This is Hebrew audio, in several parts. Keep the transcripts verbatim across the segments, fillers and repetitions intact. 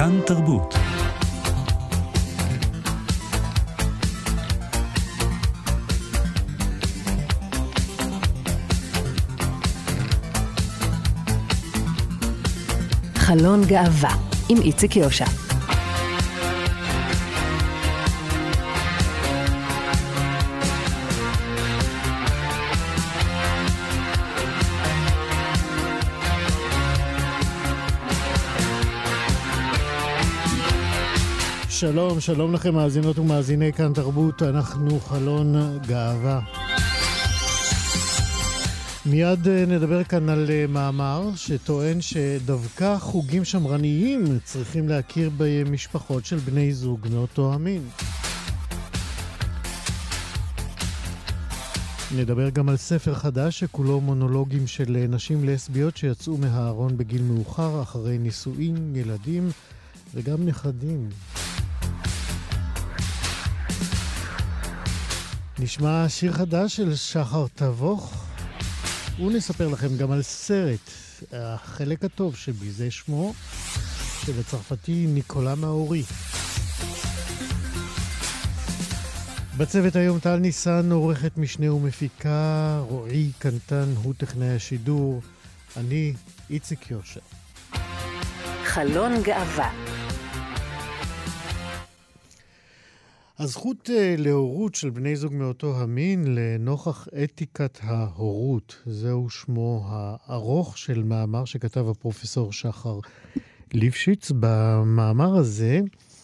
כאן תרבות. חלון גאווה עם איציק יושע. שלום, שלום לכם מאזינות ומאזיני כאן תרבות, אנחנו חלון גאווה. מיד נדבר כאן על מאמר שטוען שדווקא חוגים שמרניים צריכים להכיר במשפחות של בני זוג מאותו המין. נדבר גם על ספר חדש שכולו מונולוגים של נשים לסביות שיצאו מהארון בגיל מאוחר אחרי נישואים, ילדים וגם נכדים. נשמע שיר חדש של שחר תבוך, ונספר לכם גם על סרט, החלק הטוב שבי, זה שמו של הצרפתי ניקולה מאורי. בצוות היום טל ניסן, עורכת משנה ומפיקה, רועי קנטן הוא טכנאי השידור, אני איציק יושע. חלון גאווה. הזכות להורות של בני זוג מאותו המין לנוכח אתיקת ההורות, זהו שמו הארוך של מאמר שכתב הפרופסור שחר ליפשיץ. במאמר הזה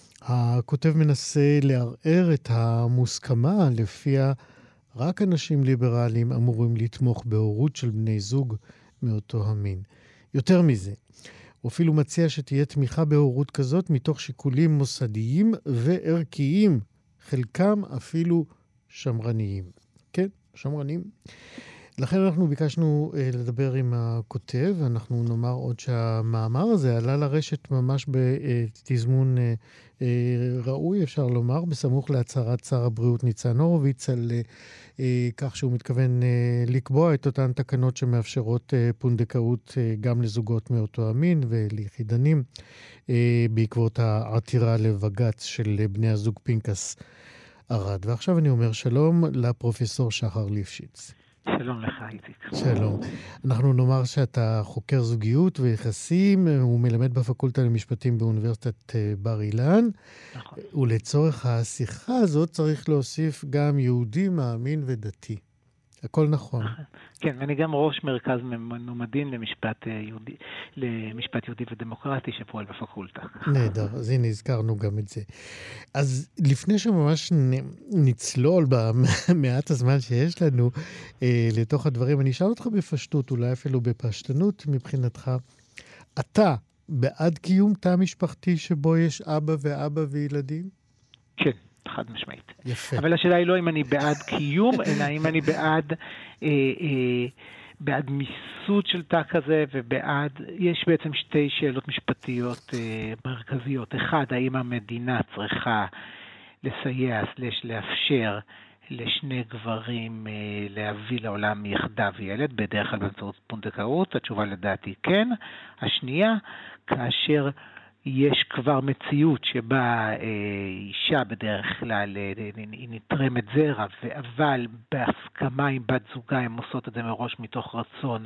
הכותב מנסה לערער את המוסכמה לפיה רק אנשים ליברליים אמורים לתמוך בהורות של בני זוג מאותו המין. יותר מזה, הוא אפילו מציע שתהיה תמיכה בהורות כזאת מתוך שיקולים מוסדיים וערכיים, חלקם אפילו שמרניים. כן, שמרניים. לכן אנחנו ביקשנו אה, לדבר עם הכותב, אנחנו נאמר עוד שהמאמר הזה עלה לרשת ממש בתזמון אה, אה, ראוי, אפשר לומר, בסמוך להצהרת שר הבריאות ניצן הורוביץ, על אה, אה, כך שהוא מתכוון אה, לקבוע את אותן תקנות שמאפשרות אה, פונדקאות אה, גם לזוגות מאותו המין וליחידנים, אה, בעקבות העתירה לבג"ץ של בני הזוג פנקס ארד. ועכשיו אני אומר שלום לפרופסור שחר ליפשיץ. שלום לך, איציק. שלום. אנחנו נאמר שאתה חוקר זוגיות ויחסים, הוא מלמד בפקולטה למשפטים באוניברסיטת בר אילן. נכון. ולצורך השיחה הזאת צריך להוסיף גם יהודי, מאמין ודתי. הכל נכון. כן, אני גם ראש מרכז מנומדין למשפט יהודי, למשפט יהודי ודמוקרטי שפועל בפקולטה. נהדר, אז הנה הזכרנו גם את זה. אז לפני שממש נצלול במעט הזמן שיש לנו אה, לתוך הדברים, אני אשאל אותך בפשטות, אולי אפילו בפשטנות מבחינתך, אתה בעד קיום תא משפחתי שבו יש אבא ואבא וילדים? כן. חד משמעית. יפה. אבל השאלה היא לא אם אני בעד קיום, אלא אם אני בעד, אה, אה, בעד מיסוד של תא כזה, ובעד, יש בעצם שתי שאלות משפטיות אה, מרכזיות. אחד, האם המדינה צריכה לסייע, סלש לאפשר לשני גברים אה, להביא לעולם יחדיו ילד, בדרך כלל באמצעות פונדקאות? התשובה לדעתי כן. השנייה, כאשר יש כבר מציאות שבה אה, אישה בדרך כלל אה, היא נתרמת זרע, אבל בהסכמה עם בת זוגה הם עושות את זה מראש מתוך רצון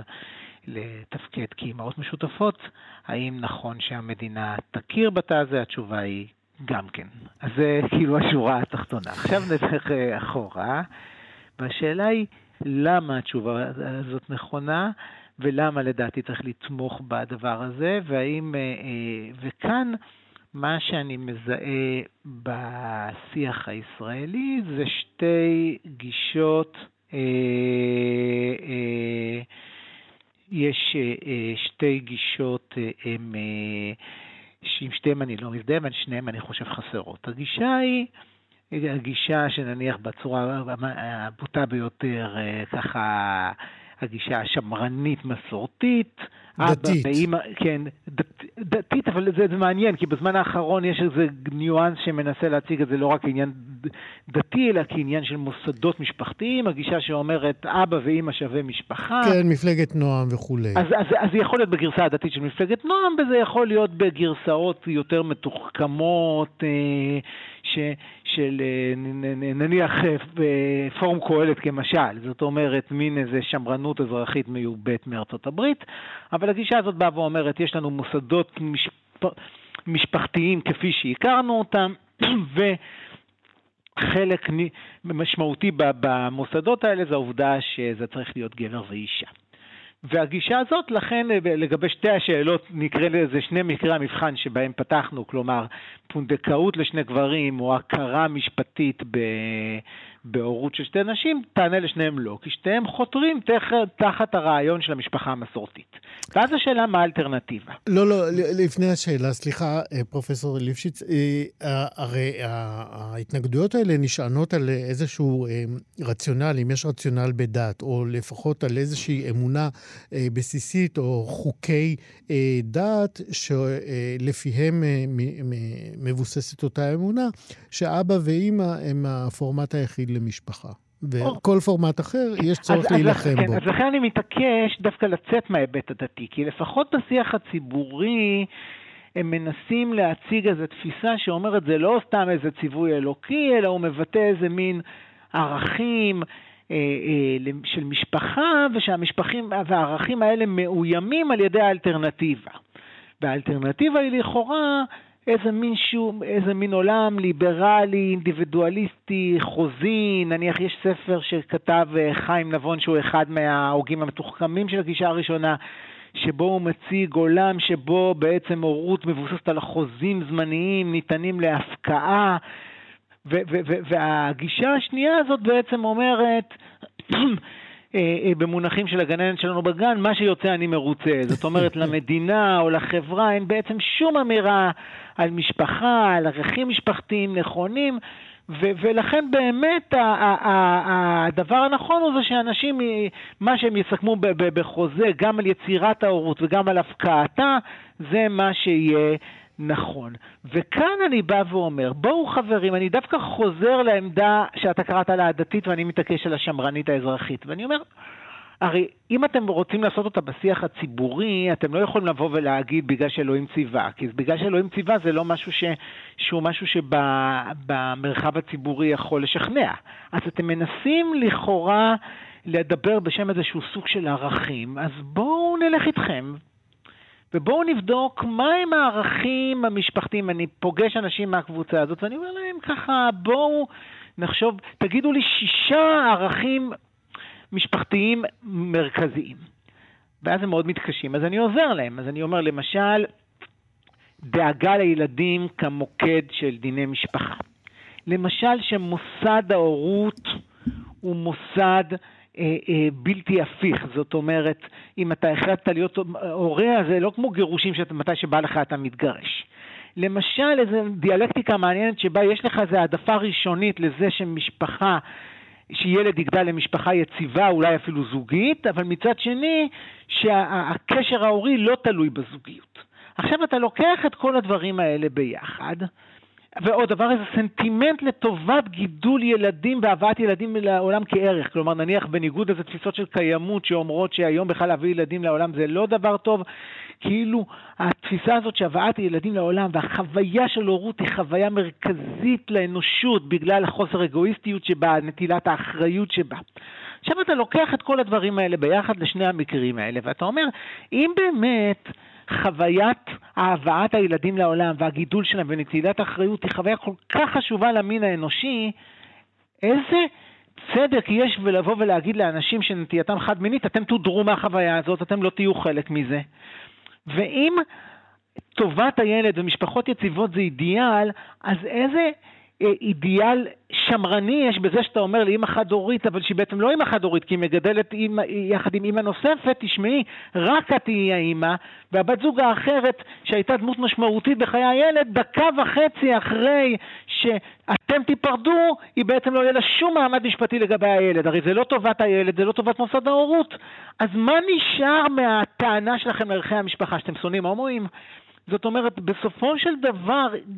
לתפקד כאימהות משותפות. האם נכון שהמדינה תכיר בתא הזה? התשובה היא גם כן. אז זה כאילו השורה התחתונה. עכשיו נלך אה, אחורה, והשאלה היא למה התשובה הזאת נכונה, ולמה לדעתי צריך לתמוך בדבר הזה, והאם, וכאן מה שאני מזהה בשיח הישראלי זה שתי גישות, יש שתי גישות שעם שתיהם אני לא מזדהה, אבל שניהם אני חושב חסרות. הגישה היא הגישה שנניח בצורה הבוטה ביותר, ככה הגישה השמרנית מסורתית, דתית. ואמא, כן, דת, דתית, אבל זה, זה מעניין, כי בזמן האחרון יש איזה ניואנס שמנסה להציג את זה לא רק עניין דתי, אלא כעניין של מוסדות משפחתיים, הגישה שאומרת אבא ואמא שווה משפחה. כן, מפלגת נועם וכו'. אז, אז, אז זה יכול להיות בגרסה הדתית של מפלגת נועם, וזה יכול להיות בגרסאות יותר מתוחכמות, ש, של נניח פורום קהלת כמשל, זאת אומרת מין איזה שמרנות אזרחית מיובאת מארצות הברית, אבל הגישה הזאת באה ואומרת, יש לנו מוסדות משפ... משפחתיים כפי שהכרנו אותם, וחלק משמעותי במוסדות האלה זה העובדה שזה צריך להיות גבר ואישה. והגישה הזאת, לכן לגבי שתי השאלות, נקרא לזה שני מקרי המבחן שבהם פתחנו, כלומר פונדקאות לשני גברים או הכרה משפטית בהורות של שתי נשים, תענה לשניהם לא, כי שתיהם חותרים תחת, תחת הרעיון של המשפחה המסורתית. ואז השאלה מה האלטרנטיבה? לא, לא, לפני השאלה, סליחה, פרופסור ליפשיץ, הרי ההתנגדויות האלה נשענות על איזשהו רציונל, אם יש רציונל בדת, או לפחות על איזושהי אמונה בסיסית, או חוקי דת, שלפיהם מבוססת אותה אמונה, שאבא ואמא הם הפורמט היחיד למשפחה. וכל פורמט אחר יש צורך להילחם בו. אז לכן אני מתעקש דווקא לצאת מההיבט הדתי, כי לפחות בשיח הציבורי הם מנסים להציג איזו תפיסה שאומרת זה לא סתם איזה ציווי אלוקי, אלא הוא מבטא איזה מין ערכים אה, אה, של משפחה, ושהמשפחים והערכים האלה מאוימים על ידי האלטרנטיבה. והאלטרנטיבה היא לכאורה איזה מין, שום, איזה מין עולם ליברלי, אינדיבידואליסטי, חוזי. נניח יש ספר שכתב חיים נבון שהוא אחד מההוגים המתוחכמים של הגישה הראשונה, שבו הוא מציג עולם שבו בעצם הורות מבוססת על החוזים זמניים, ניתנים להפקעה, ו- ו- ו- והגישה השנייה הזאת בעצם אומרת, במונחים של הגננת שלנו בגן, מה שיוצא אני מרוצה. זאת אומרת, למדינה או לחברה אין בעצם שום אמירה על משפחה, על ערכים משפחתיים נכונים, ו- ולכן באמת ה- ה- ה- הדבר הנכון הוא זה שאנשים, מה שהם יסכמו ב- ב- בחוזה, גם על יצירת ההורות וגם על הפקעתה, זה מה שיהיה נכון. וכאן אני בא ואומר, בואו חברים, אני דווקא חוזר לעמדה שאתה קראת לה הדתית, ואני מתעקש על השמרנית האזרחית. ואני אומר, הרי אם אתם רוצים לעשות אותה בשיח הציבורי, אתם לא יכולים לבוא ולהגיד בגלל שאלוהים ציווה, כי בגלל שאלוהים ציווה זה לא משהו ש... שהוא משהו שבמרחב הציבורי יכול לשכנע. אז אתם מנסים לכאורה לדבר בשם איזשהו סוג של ערכים, אז בואו נלך איתכם, ובואו נבדוק מה הם הערכים המשפחתיים. אני פוגש אנשים מהקבוצה הזאת, ואני אומר להם ככה, בואו נחשוב, תגידו לי שישה ערכים משפחתיים מרכזיים. ואז הם מאוד מתקשים, אז אני עוזר להם. אז אני אומר, למשל, דאגה לילדים כמוקד של דיני משפחה. למשל, שמוסד ההורות הוא מוסד אה, אה, בלתי הפיך. זאת אומרת, אם אתה החלטת להיות הורה, זה לא כמו גירושים שמתי שבא לך אתה מתגרש. למשל, איזו דיאלקטיקה מעניינת שבה יש לך איזו העדפה ראשונית לזה שמשפחה, שילד יגדל למשפחה יציבה, אולי אפילו זוגית, אבל מצד שני, שהקשר ההורי לא תלוי בזוגיות. עכשיו אתה לוקח את כל הדברים האלה ביחד, ועוד דבר, איזה סנטימנט לטובת גידול ילדים והבאת ילדים לעולם כערך. כלומר, נניח בניגוד איזה תפיסות של קיימות שאומרות שהיום בכלל להביא ילדים לעולם זה לא דבר טוב, כאילו התפיסה הזאת שהבאת ילדים לעולם והחוויה של הורות היא חוויה מרכזית לאנושות בגלל החוסר אגואיסטיות שבה, נטילת האחריות שבה. עכשיו אתה לוקח את כל הדברים האלה ביחד לשני המקרים האלה, ואתה אומר, אם באמת חוויית הבאת הילדים לעולם והגידול שלהם ונטילת האחריות היא חוויה כל כך חשובה למין האנושי, איזה צדק יש ולבוא ולהגיד לאנשים שנטייתם חד מינית, אתם תודרו מהחוויה הזאת, אתם לא תהיו חלק מזה. ואם טובת הילד ומשפחות יציבות זה אידיאל, אז איזה אידיאל שמרני יש בזה שאתה אומר לאמא חד-הורית, אבל שהיא בעצם לא אמא חד-הורית, כי היא מגדלת אימא, יחד עם אמא נוספת, תשמעי, רק את תהיי האמא, והבת זוג האחרת שהייתה דמות משמעותית בחיי הילד, דקה וחצי אחרי שאתם תיפרדו, היא בעצם לא יהיה לה שום מעמד משפטי לגבי הילד. הרי זה לא טובת הילד, זה לא טובת מוסד ההורות. אז מה נשאר מהטענה שלכם לערכי המשפחה, שאתם שונאים הומואים? זאת אומרת, בסופו של דבר,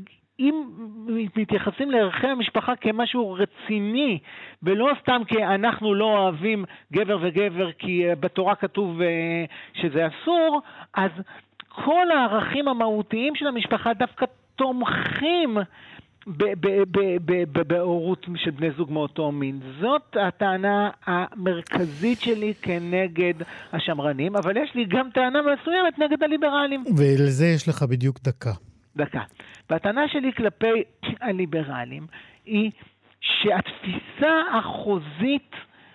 אם מתייחסים לערכי המשפחה כמשהו רציני, ולא סתם כי אנחנו לא אוהבים גבר וגבר, כי בתורה כתוב שזה אסור, אז כל הערכים המהותיים של המשפחה דווקא תומכים בהורות של בני זוג מאותו מין. זאת הטענה המרכזית שלי כנגד השמרנים, אבל יש לי גם טענה מסוימת נגד הליברלים. ולזה יש לך בדיוק דקה. דקה. והטענה שלי כלפי הליברלים היא שהתפיסה החוזית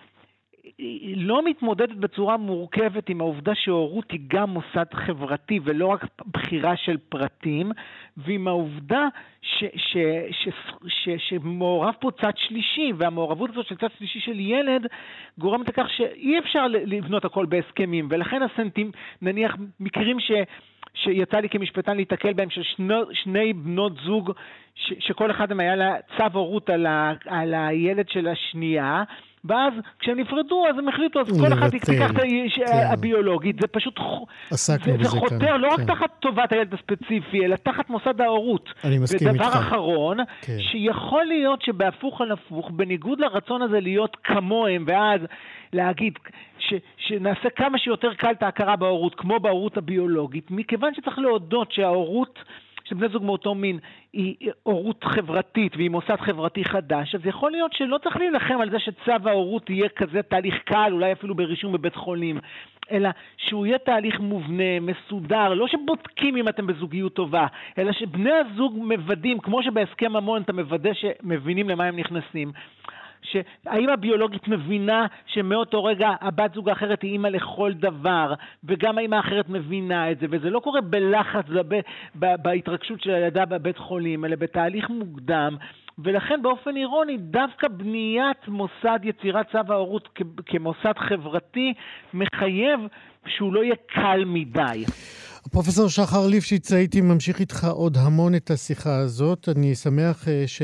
לא מתמודדת בצורה מורכבת עם העובדה שהורות היא גם מוסד חברתי ולא רק בחירה של פרטים, ועם העובדה ש, ש, ש, ש, שמעורב פה צד שלישי, והמעורבות הזאת של צד שלישי של ילד גורמת לכך שאי אפשר לבנות הכל בהסכמים, ולכן הסנטים, נניח מקרים ש... שיצא לי כמשפטן להתקל בהם של שני, שני בנות זוג ש, שכל אחד מהם היה לה צו הורות על, ה, על הילד של השנייה, ואז כשהם נפרדו אז הם החליטו, אז כל אחד תיקח את הביולוגית, זה פשוט זה חותר לא רק תחת טובת הילד הספציפי, אלא תחת מוסד ההורות. ודבר אחרון, שיכול להיות שבהפוך על הפוך, בניגוד לרצון הזה להיות כמוהם, ואז להגיד שנעשה כמה שיותר קל את ההכרה בהורות, כמו בהורות הביולוגית, מכיוון שצריך להודות שההורות של בני זוג מאותו מין היא הורות חברתית והיא מוסד חברתי חדש, אז יכול להיות שלא צריך להילחם על זה שצו ההורות יהיה כזה תהליך קל, אולי אפילו ברישום בבית חולים, אלא שהוא יהיה תהליך מובנה, מסודר, לא שבודקים אם אתם בזוגיות טובה, אלא שבני הזוג מבדים, כמו שבהסכם המון אתה מוודא שמבינים למה הם נכנסים, שהאמא הביולוגית מבינה שמאותו רגע הבת זוג האחרת היא אמא לכל דבר, וגם האמא האחרת מבינה את זה, וזה לא קורה בלחץ בהתרגשות של הילדה בבית חולים, אלא בתהליך מוקדם, ולכן באופן אירוני דווקא בניית מוסד יצירת צו ההורות כמוסד חברתי מחייב שהוא לא יהיה קל מדי. פרופסור שחר ליפשיץ, הייתי ממשיך איתך עוד המון את השיחה הזאת. אני שמח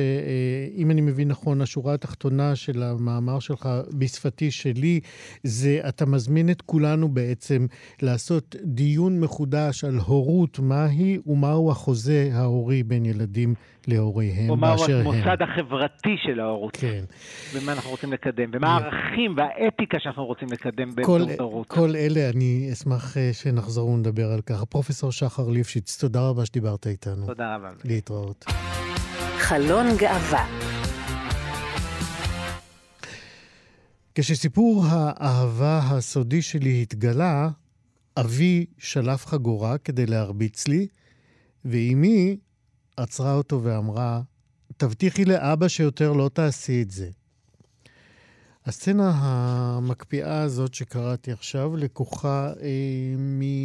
שאם אני מבין נכון, השורה התחתונה של המאמר שלך בשפתי שלי, זה אתה מזמין את כולנו בעצם לעשות דיון מחודש על הורות, מהי ומהו החוזה ההורי בין ילדים להוריהם. או מהו המוסד החברתי של ההורות. כן. ומה אנחנו רוצים לקדם, ומה הערכים והאתיקה שאנחנו רוצים לקדם באמצעות ההורות. כל אלה אני אשמח שנחזור ונדבר על כך. פרופסור שחר ליפשיץ, תודה רבה שדיברת איתנו. תודה רבה. להתראות. חלון גאווה. כשסיפור האהבה הסודי שלי התגלה, אבי שלף חגורה כדי להרביץ לי, ואימי עצרה אותו ואמרה, תבטיחי לאבא שיותר לא תעשי את זה. הסצנה המקפיאה הזאת שקראתי עכשיו לקוחה אה,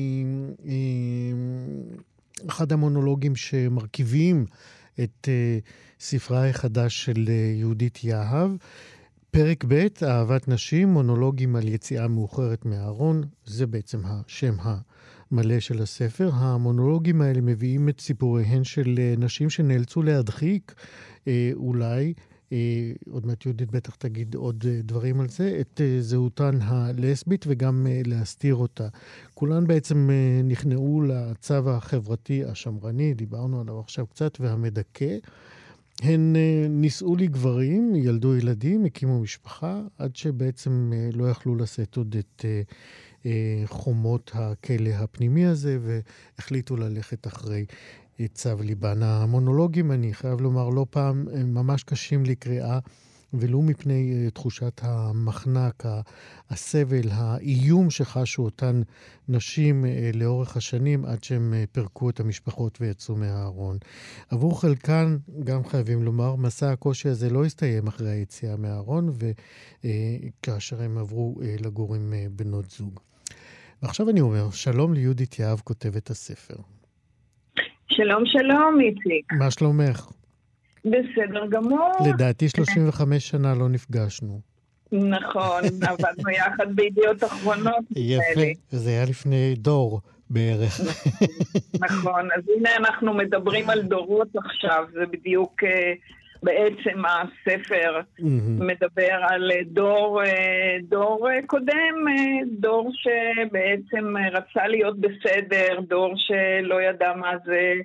מאחד אה, המונולוגים שמרכיבים את אה, ספרה החדש של אה, יהודית יהב. פרק ב', אהבת נשים, מונולוגים על יציאה מאוחרת מהארון, זה בעצם השם המלא של הספר. המונולוגים האלה מביאים את סיפוריהן של אה, נשים שנאלצו להדחיק אה, אולי, עוד מעט יהודית בטח תגיד עוד דברים על זה, את זהותן הלסבית וגם להסתיר אותה. כולן בעצם נכנעו לצו החברתי השמרני, דיברנו עליו עכשיו קצת, והמדכא. הן נישאו לגברים, ילדו ילדים, הקימו משפחה, עד שבעצם לא יכלו לשאת עוד את חומות הכלא הפנימי הזה, והחליטו ללכת אחרי צו ליבן. המונולוגים, אני חייב לומר, לא פעם ממש קשים לקריאה, ולו מפני תחושת המחנק, הסבל, האיום שחשו אותן נשים לאורך השנים, עד שהם פרקו את המשפחות ויצאו מהארון. עבור חלקן, גם חייבים לומר, מסע הקושי הזה לא הסתיים אחרי היציאה מהארון, וכאשר הם עברו לגור עם בנות זוג. ועכשיו אני אומר, שלום ליהודית יהב, כותבת הספר. שלום, שלום, איציק. מה שלומך? בסדר גמור. לדעתי שלושים וחמש שנה לא נפגשנו. נכון, עבדנו יחד בידיעות אחרונות. יפה, זה היה לפני דור בערך. נכון, אז הנה אנחנו מדברים על דורות עכשיו, זה בדיוק בעצם הספר מדבר על דור, דור קודם, דור שבעצם רצה להיות בסדר, דור שלא ידע מה זה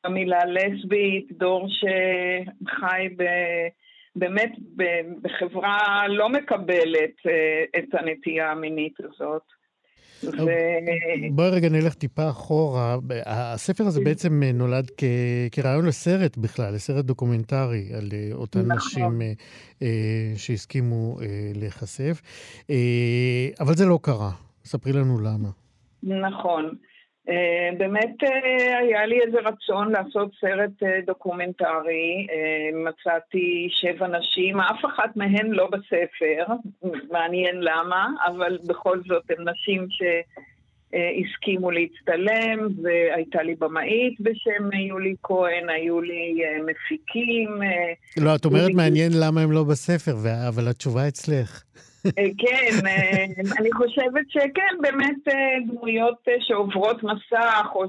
המילה לסבית, דור שחי ב... באמת בחברה לא מקבלת את הנטייה המינית הזאת. ו... בואי רגע נלך טיפה אחורה. הספר הזה בעצם נולד כ... כרעיון לסרט בכלל, לסרט דוקומנטרי על אותן נכון. נשים שהסכימו להיחשף. אבל זה לא קרה. ספרי לנו למה. נכון. Uh, באמת uh, היה לי איזה רצון לעשות סרט uh, דוקומנטרי, uh, מצאתי שבע נשים, אף אחת מהן לא בספר, מעניין למה, אבל בכל זאת הן נשים שהסכימו להצטלם, והייתה לי במאית בשם יולי כהן, היו לי uh, מפיקים. Uh, לא, את אומרת מעניין למה הם לא בספר, אבל התשובה אצלך. כן, אני חושבת שכן, באמת דמויות שעוברות מסך או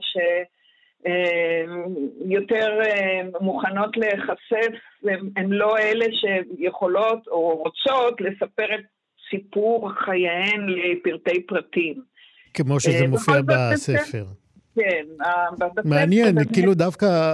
שיותר מוכנות להיחשף, הן לא אלה שיכולות או רוצות לספר את סיפור חייהן לפרטי פרטים. כמו שזה מופיע בספר. כן. מעניין, כאילו דווקא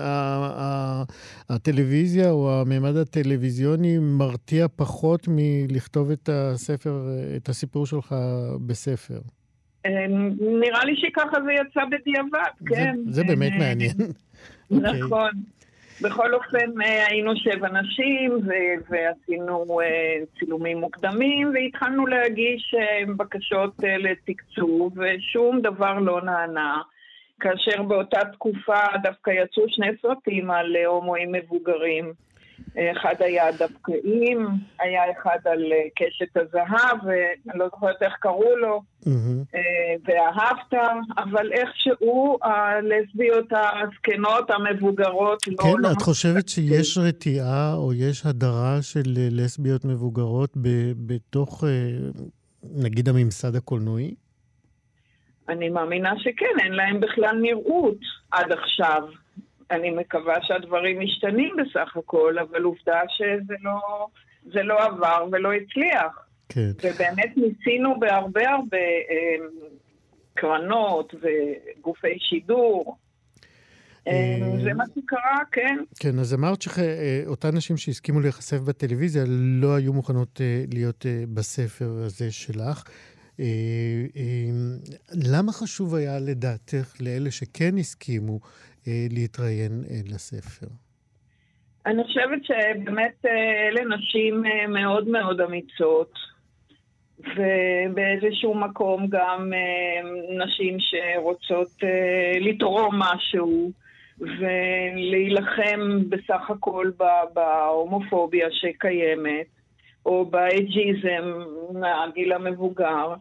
הטלוויזיה או הממד הטלוויזיוני מרתיע פחות מלכתוב את הספר, את הסיפור שלך בספר. נראה לי שככה זה יצא בדיעבד, כן. זה באמת מעניין. נכון. בכל אופן היינו שבע נשים ועשינו צילומים מוקדמים והתחלנו להגיש בקשות לתקצוב ושום דבר לא נענה. כאשר באותה תקופה דווקא יצאו שני סרטים על הומואים מבוגרים. אחד היה הדבקאים, היה אחד על קשת הזהב, ואני לא זוכרת איך קראו לו, ואהבת, אבל איכשהו הלסביות הזקנות המבוגרות לא... כן, את חושבת שיש רתיעה או יש הדרה של לסביות מבוגרות בתוך, נגיד, הממסד הקולנועי? אני מאמינה שכן, אין להם בכלל נראות עד עכשיו. אני מקווה שהדברים משתנים בסך הכל, אבל עובדה שזה לא, זה לא עבר ולא הצליח. כן. ובאמת ניסינו בהרבה הרבה אה, קרנות וגופי שידור. אה, זה מה שקרה, כן. כן, אז אמרת שאותן נשים שהסכימו להיחשף בטלוויזיה לא היו מוכנות אה, להיות אה, בספר הזה שלך. אה, אה, למה חשוב היה לדעתך לאלה שכן הסכימו להתראיין לספר? אני חושבת שבאמת אלה נשים מאוד מאוד אמיצות, ובאיזשהו מקום גם נשים שרוצות לתרום משהו, ולהילחם בסך הכל בהומופוביה שקיימת, או באייג'יזם מהגיל המבוגר.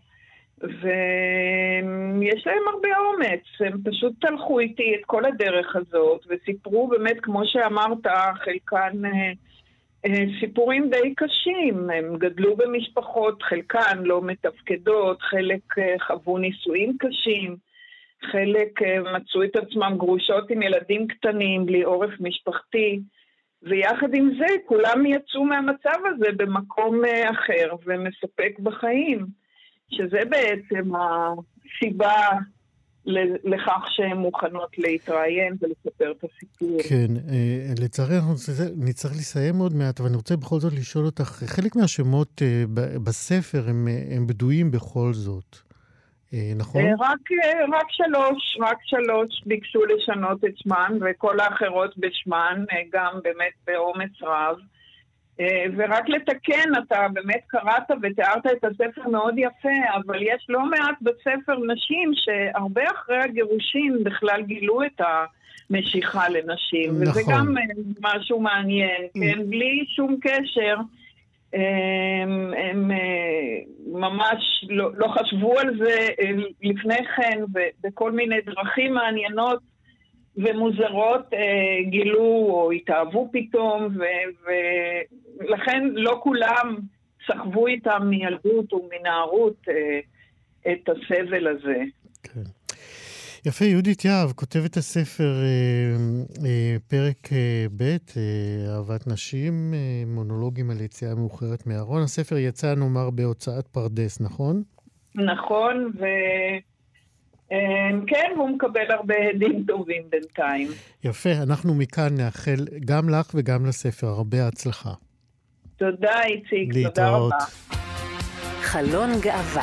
ויש להם הרבה אומץ, הם פשוט תלכו איתי את כל הדרך הזאת, וסיפרו באמת, כמו שאמרת, חלקן סיפורים די קשים, הם גדלו במשפחות, חלקן לא מתפקדות, חלק חוו נישואים קשים, חלק מצאו את עצמם גרושות עם ילדים קטנים, בלי עורף משפחתי, ויחד עם זה כולם יצאו מהמצב הזה במקום אחר ומספק בחיים. שזה בעצם הסיבה לכך שהן מוכנות להתראיין ולספר את הסיפור. כן, לצערי נצטרך לסיים עוד מעט, אבל אני רוצה בכל זאת לשאול אותך, חלק מהשמות בספר הם, הם בדויים בכל זאת, נכון? רק, רק שלוש, רק שלוש ביקשו לשנות את שמן, וכל האחרות בשמן, גם באמת באומץ רב. ורק לתקן, אתה באמת קראת ותיארת את הספר מאוד יפה, אבל יש לא מעט בספר נשים שהרבה אחרי הגירושים בכלל גילו את המשיכה לנשים. נכון. וזה גם משהו מעניין, כן? בלי שום קשר, הם, הם ממש לא, לא חשבו על זה לפני כן, ובכל מיני דרכים מעניינות, ומוזרות אה, גילו או התאהבו פתאום, ו- ולכן לא כולם סחבו איתם מילדות ומנערות אה, את הסבל הזה. כן. יפה, יהודית יהב, כותבת הספר אה, אה, פרק אה, ב', אה, אהבת נשים, אה, מונולוגים על יציאה מאוחרת מהארון. הספר יצא, נאמר, בהוצאת פרדס, נכון? נכון, ו... כן, והוא מקבל הרבה הדים טובים בינתיים. יפה, אנחנו מכאן נאחל גם לך וגם לספר הרבה הצלחה. תודה איציק, להתראות. תודה רבה. חלון גאווה.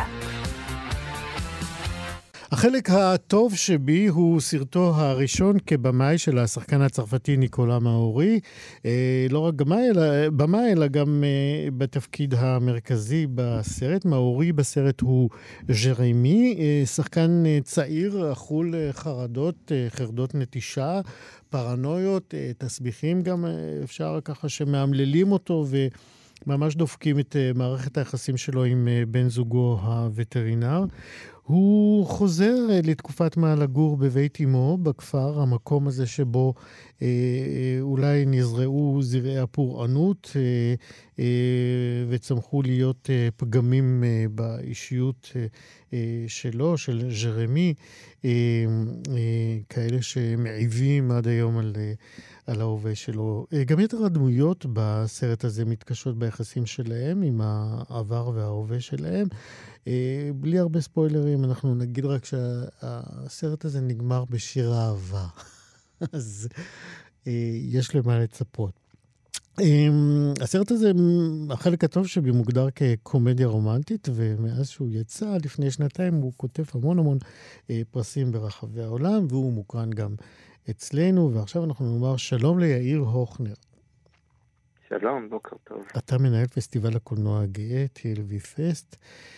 החלק הטוב שבי הוא סרטו הראשון כבמאי של השחקן הצרפתי ניקולה מאורי. אה, לא רק במאי אלא, במאי, אלא גם אה, בתפקיד המרכזי בסרט. מאורי בסרט הוא ז'רמי, אה, שחקן אה, צעיר, אכול אה, חרדות, אה, חרדות נטישה, פרנויות, אה, תסביכים גם אה, אפשר ככה שמאמללים אותו ו... ממש דופקים את uh, מערכת היחסים שלו עם uh, בן זוגו הווטרינר. הוא חוזר uh, לתקופת מה לגור בבית אמו, בכפר, המקום הזה שבו uh, אולי נזרעו זרעי הפורענות uh, uh, וצמחו להיות uh, פגמים uh, באישיות uh, uh, שלו, של ז'רמי, uh, uh, כאלה שמעיבים עד היום על... Uh, על ההווה שלו. גם יתר הדמויות בסרט הזה מתקשות ביחסים שלהם עם העבר וההווה שלהם. בלי הרבה ספוילרים, אנחנו נגיד רק שהסרט הזה נגמר בשיר אהבה. אז יש למה לצפות. הסרט הזה, החלק הטוב שבי מוגדר כקומדיה רומנטית, ומאז שהוא יצא לפני שנתיים הוא כותב המון המון פרסים ברחבי העולם, והוא מוקרן גם אצלנו, ועכשיו אנחנו נאמר שלום ליאיר הוכנר. שלום, בוקר טוב. אתה מנהל פסטיבל הקולנוע הגאה, טי אל וי פסט,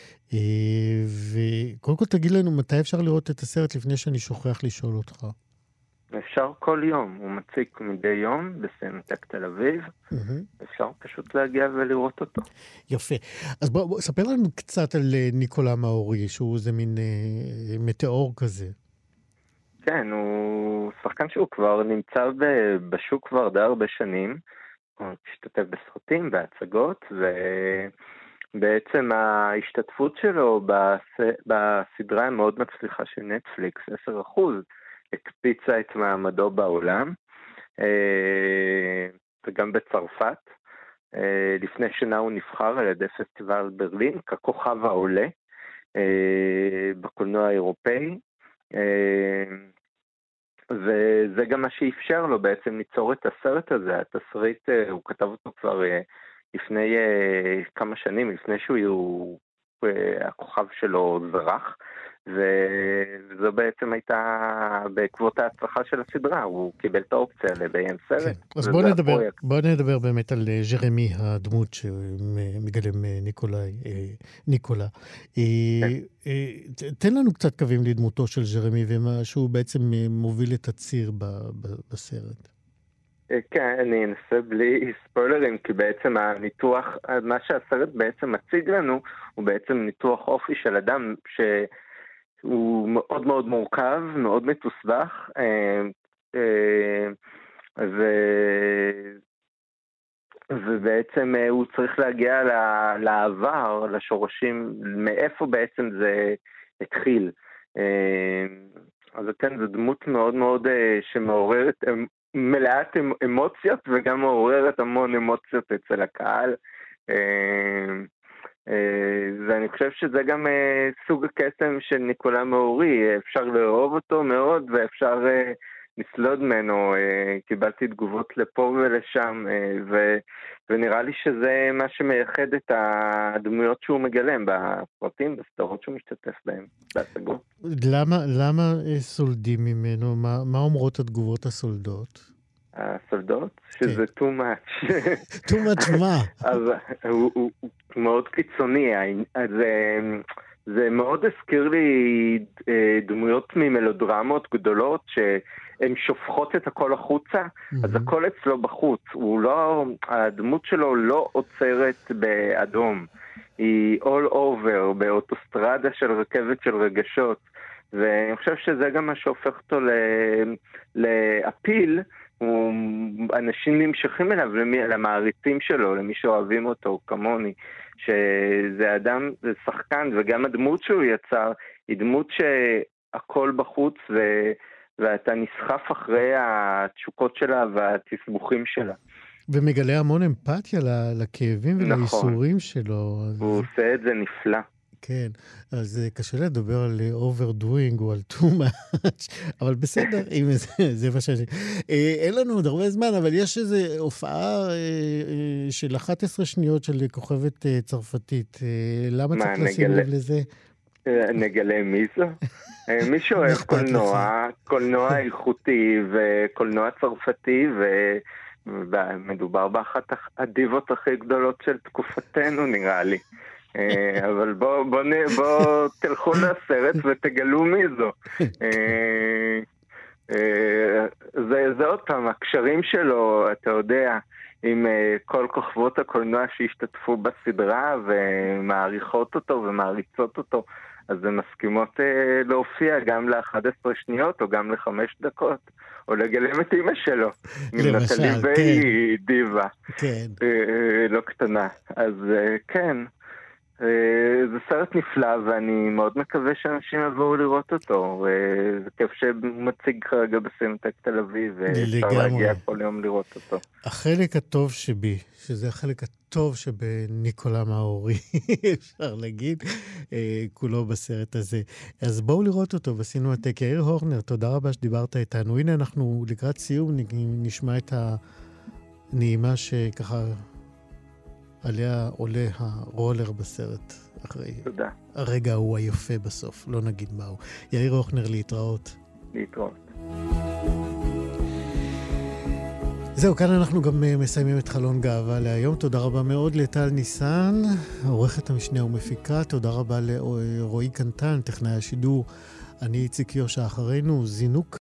וקודם כל תגיד לנו מתי אפשר לראות את הסרט לפני שאני שוכח לשאול אותך. אפשר כל יום, הוא מציג מדי יום בסינמטק תל אביב, אפשר פשוט להגיע ולראות אותו. יפה. אז בוא, בוא ספר לנו קצת על ניקולה מאורי, שהוא איזה מין אה, מטאור כזה. כן, הוא שחקן שהוא כבר נמצא בשוק כבר די הרבה שנים, הוא משתתף בסרטים, בהצגות, ובעצם ההשתתפות שלו בסדרה המאוד מצליחה של נטפליקס, עשרה אחוז, הקפיצה את מעמדו בעולם, וגם בצרפת. לפני שנה הוא נבחר על ידי פסטיבל ברלין ככוכב העולה בקולנוע האירופאי, וזה גם מה שאפשר לו בעצם ליצור את הסרט הזה. התסריט, הוא כתב אותו כבר לפני כמה שנים, לפני שהוא הכוכב שלו זרח, וזו בעצם הייתה בעקבות ההצלחה של הסדרה, הוא קיבל את האופציה לביים סרט. כן. אז בוא נדבר, בוא נדבר באמת על ז'רמי, הדמות שמגלם ניקולאי, ניקולה. כן. תן לנו קצת קווים לדמותו של ז'רמי, ומה שהוא בעצם מוביל את הציר בסרט. כן, אני אנסה בלי ספוילרים, כי בעצם הניתוח, מה שהסרט בעצם מציג לנו, הוא בעצם ניתוח אופי של אדם שהוא מאוד מאוד מורכב, מאוד מתוסבך, ו... ובעצם הוא צריך להגיע לעבר, לשורשים, מאיפה בעצם זה התחיל. אז כן, זו דמות מאוד מאוד שמעוררת, מלאת אמוציות, וגם מעוררת המון אמוציות אצל הקהל. ואני חושב שזה גם סוג הקסם של ניקולה מאורי, אפשר לאהוב אותו מאוד ואפשר לסלוד ממנו. קיבלתי תגובות לפה ולשם, ונראה לי שזה מה שמייחד את הדמויות שהוא מגלם בפרטים, בסדרות שהוא משתתף בהם, בהצגות. למה, למה סולדים ממנו? מה, מה אומרות התגובות הסולדות? הסולדות? שזה too much. too much מה? אז הוא, הוא, הוא מאוד קיצוני. זה, זה מאוד הזכיר לי דמויות ממלודרמות גדולות שהן שופכות את הכל החוצה, אז הכל אצלו בחוץ. הוא לא, הדמות שלו לא עוצרת באדום. היא all over, באוטוסטרדה של רכבת של רגשות. ואני חושב שזה גם מה שהופך אותו להפיל, אנשים נמשכים אליו, למעריצים שלו, למי שאוהבים אותו, כמוני, שזה אדם, זה שחקן, וגם הדמות שהוא יצר, היא דמות שהכל בחוץ, ו... ואתה נסחף אחרי התשוקות שלה והתסבוכים שלה. ומגלה המון אמפתיה לכאבים ולאיסורים שלו. הוא עושה את זה נפלא. כן, אז קשה לדבר על overdoing או על too much, אבל בסדר, אם זה, זה מה שאני... אין לנו עוד הרבה זמן, אבל יש איזו הופעה של אחת עשרה שניות של כוכבת צרפתית. למה צריך לשים לב לזה? נגלה מי זו? מי שאוהב קולנוע, קולנוע איכותי וקולנוע צרפתי, ומדובר באחת הדיבות הכי גדולות של תקופתנו נראה לי. אבל בואו בוא, בוא, תלכו לסרט ותגלו מי זו. זה, זה עוד פעם, הקשרים שלו, אתה יודע, עם כל כוכבות הקולנוע שהשתתפו בסדרה ומעריכות אותו ומעריצות אותו, אז הן מסכימות להופיע גם ל-אחת עשרה שניות או גם ל-חמש דקות, או לגלם את אמא שלו. למשל, כן. היא דיבה. כן. לא קטנה. אז כן. זה סרט נפלא, ואני מאוד מקווה שאנשים יבואו לראות אותו. זה כיף שמציג כרגע בסינמטק תל אביב, ואפשר להגיע כל יום לראות אותו. החלק הטוב שבי, שזה החלק הטוב שבניקולה מאורי, אפשר להגיד, כולו בסרט הזה. אז בואו לראות אותו בסינמטק. יאיר הורנר, תודה רבה שדיברת איתנו. הנה אנחנו לקראת סיום נשמע את הנעימה שככה... עליה עולה הרולר בסרט אחרי. תודה. הרגע הוא היפה בסוף, לא נגיד מהו. יאיר הוכנר, להתראות. להתראות. זהו, כאן אנחנו גם מסיימים את חלון גאווה להיום. תודה רבה מאוד לטל ניסן, עורכת המשנה ומפיקה. תודה רבה לרועי קנטן, טכנאי השידור. אני איציק יושע, אחרינו זינוק